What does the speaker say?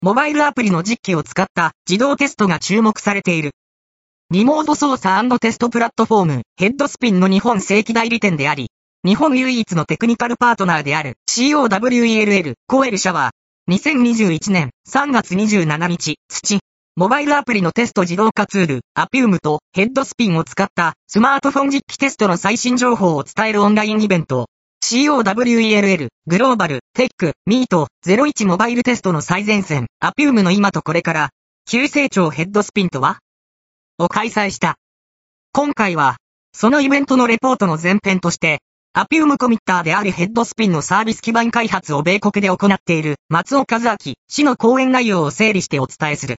モバイルアプリの実機を使った自動テストが注目されている。リモート操作&テストプラットフォーム、ヘッドスピンの日本正規代理店であり、日本唯一のテクニカルパートナーである COWELL、コエル社は、2021年3月27日、モバイルアプリのテスト自動化ツール、アピウムとヘッドスピンを使ったスマートフォン実機テストの最新情報を伝えるオンラインイベント、COWELL、グローバル、テック、ミート、01モバイルテストの最前線、アピウムの今とこれから、急成長ヘッドスピンとはを開催した。今回は、そのイベントのレポートの前編として、アピウムコミッターであるヘッドスピンのサービス基盤開発を米国で行っている松尾和明氏の講演内容を整理してお伝えする。